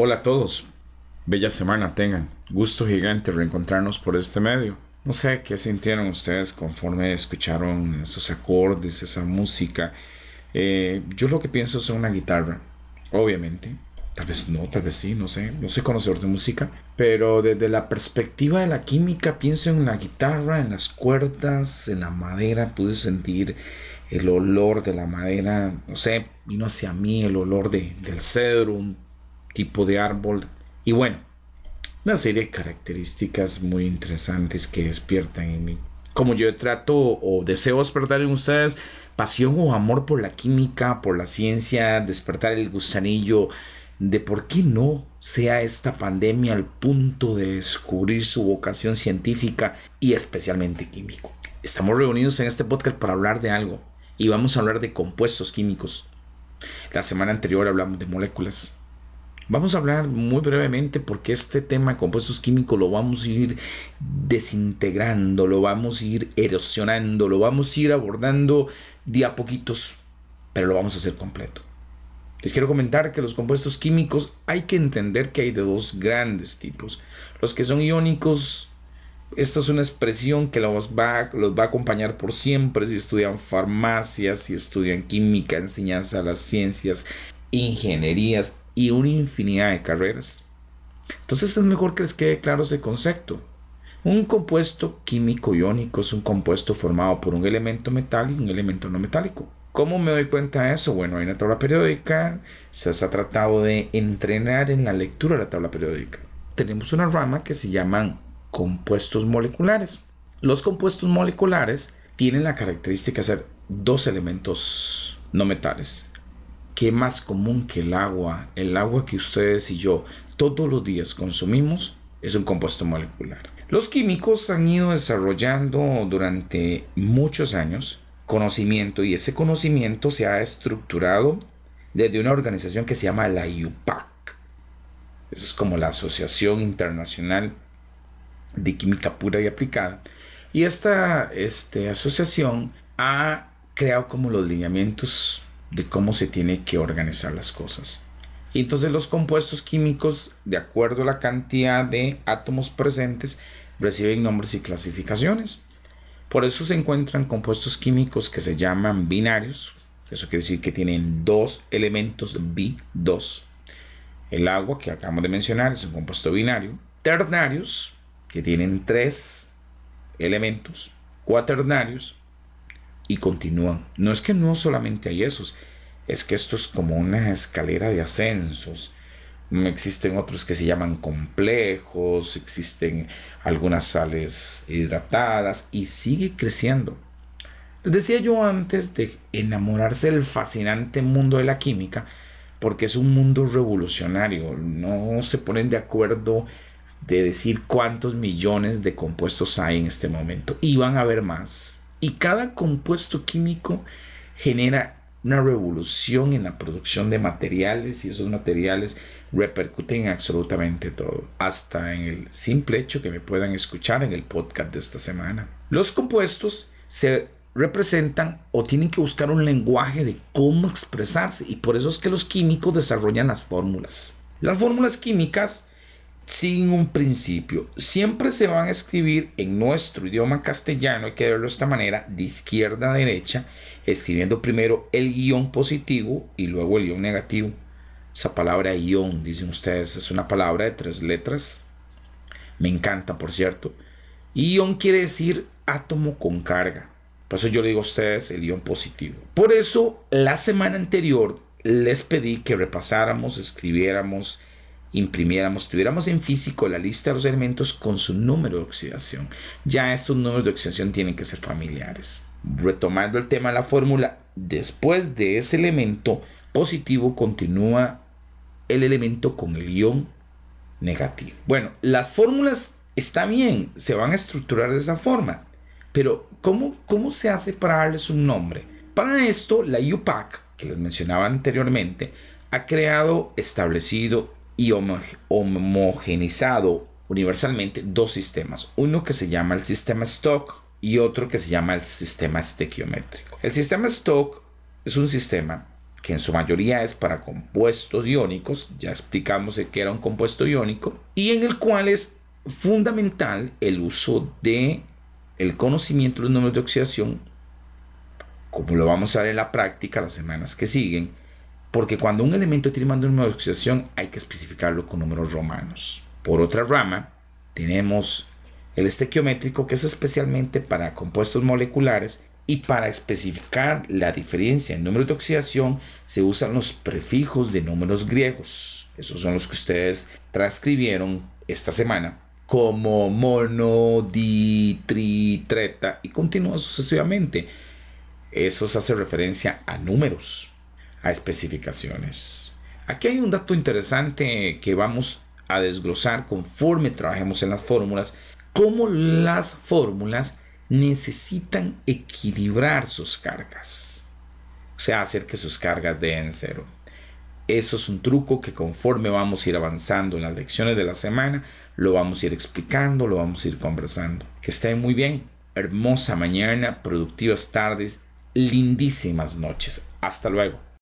Hola a todos, bella semana tengan, gusto gigante reencontrarnos por este medio. No sé qué sintieron ustedes conforme escucharon esos acordes, esa música. Yo lo que pienso es en una guitarra, obviamente. Tal vez no, tal vez sí, no sé. No soy conocedor de música. Pero desde la perspectiva de la química, pienso en la guitarra, en las cuerdas, en la madera. Pude sentir el olor de la madera. No sé, vino hacia mí el olor del cedro, un tipo de árbol. Y bueno, una serie de características muy interesantes que despiertan en mí. Como yo trato o deseo despertar en ustedes pasión o amor por la química, por la ciencia, despertar el gusanillo de por qué no sea esta pandemia al punto de descubrir su vocación científica y especialmente químico. Estamos reunidos en este podcast para hablar de algo y vamos a hablar de compuestos químicos. La semana anterior hablamos de moléculas. Vamos a hablar muy brevemente porque este tema de compuestos químicos lo vamos a ir desintegrando, lo vamos a ir erosionando, lo vamos a ir abordando de a poquitos, pero lo vamos a hacer completo. Les quiero comentar que los compuestos químicos hay que entender que hay de dos grandes tipos. Los que son iónicos, esta es una expresión que los va a acompañar por siempre si estudian farmacia, si estudian química, enseñanza de las ciencias, ingenierías y una infinidad de carreras. Entonces es mejor que les quede claro ese concepto. Un compuesto químico iónico es un compuesto formado por un elemento metálico y un elemento no metálico. ¿Cómo me doy cuenta de eso? Bueno, hay una tabla periódica, se ha tratado de entrenar en la lectura de la tabla periódica. Tenemos una rama que se llaman compuestos moleculares. Los compuestos moleculares tienen la característica de ser dos elementos no metales. ¿Qué más común que el agua? El agua que ustedes y yo todos los días consumimos es un compuesto molecular. Los químicos han ido desarrollando durante muchos años conocimiento y ese conocimiento se ha estructurado desde una organización que se llama la IUPAC. Eso es como la Asociación Internacional de Química Pura y Aplicada. Y esta asociación ha creado como los lineamientos de cómo se tiene que organizar las cosas. Y entonces los compuestos químicos, de acuerdo a la cantidad de átomos presentes, reciben nombres y clasificaciones. Por eso se encuentran compuestos químicos que se llaman binarios. Eso quiere decir que tienen dos elementos bi2. El agua que acabamos de mencionar es un compuesto binario. Ternarios, que tienen tres elementos. Cuaternarios, y continúan. No es que no solamente hay esos, es que esto es como una escalera de ascensos. Existen otros que se llaman complejos, existen algunas sales hidratadas y sigue creciendo. Les decía yo antes de enamorarse del fascinante mundo de la química, porque es un mundo revolucionario. No se ponen de acuerdo de decir cuántos millones de compuestos hay en este momento. Y van a haber más. Y cada compuesto químico genera una revolución en la producción de materiales y esos materiales repercuten en absolutamente todo, hasta en el simple hecho que me puedan escuchar en el podcast de esta semana. Los compuestos se representan o tienen que buscar un lenguaje de cómo expresarse y por eso es que los químicos desarrollan las fórmulas. Las fórmulas químicas sin un principio. Siempre se van a escribir en nuestro idioma castellano, hay que verlo de esta manera, de izquierda a derecha, escribiendo primero el ion positivo y luego el ion negativo. Esa palabra ion, dicen ustedes, es una palabra de 3 letras. Me encanta, por cierto. Ion quiere decir átomo con carga. Por eso yo le digo a ustedes el ion positivo. Por eso, la semana anterior les pedí que repasáramos, escribiéramos, imprimiéramos, tuviéramos en físico la lista de los elementos con su número de oxidación. Ya estos números de oxidación tienen que ser familiares. Retomando el tema de la fórmula, después de ese elemento positivo continúa el elemento con el ion negativo. Bueno, las fórmulas está bien, se van a estructurar de esa forma, pero ¿cómo se hace para darles un nombre? Para esto, la IUPAC, que les mencionaba anteriormente, ha creado, establecido y homogenizado universalmente dos sistemas. Uno que se llama el sistema Stock y otro que se llama el sistema estequiométrico. El sistema Stock es un sistema que en su mayoría es para compuestos iónicos, ya explicamos que era un compuesto iónico, y en el cual es fundamental el uso de el conocimiento de los números de oxidación, como lo vamos a ver en la práctica las semanas que siguen, porque cuando un elemento tiene más de un número de oxidación hay que especificarlo con números romanos. Por otra rama, tenemos el estequiométrico, que es especialmente para compuestos moleculares, y para especificar la diferencia en números de oxidación se usan los prefijos de números griegos. Esos son los que ustedes transcribieron esta semana como mono, di, tri, treta y continúa sucesivamente. Eso se hace referencia a números, a especificaciones. Aquí hay un dato interesante que vamos a desglosar conforme trabajemos en las fórmulas, cómo las fórmulas necesitan equilibrar sus cargas, o sea, hacer que sus cargas den cero. Eso es un truco que conforme vamos a ir avanzando en las lecciones de la semana, lo vamos a ir explicando, lo vamos a ir conversando. Que estén muy bien, hermosa mañana, productivas tardes, lindísimas noches. Hasta luego.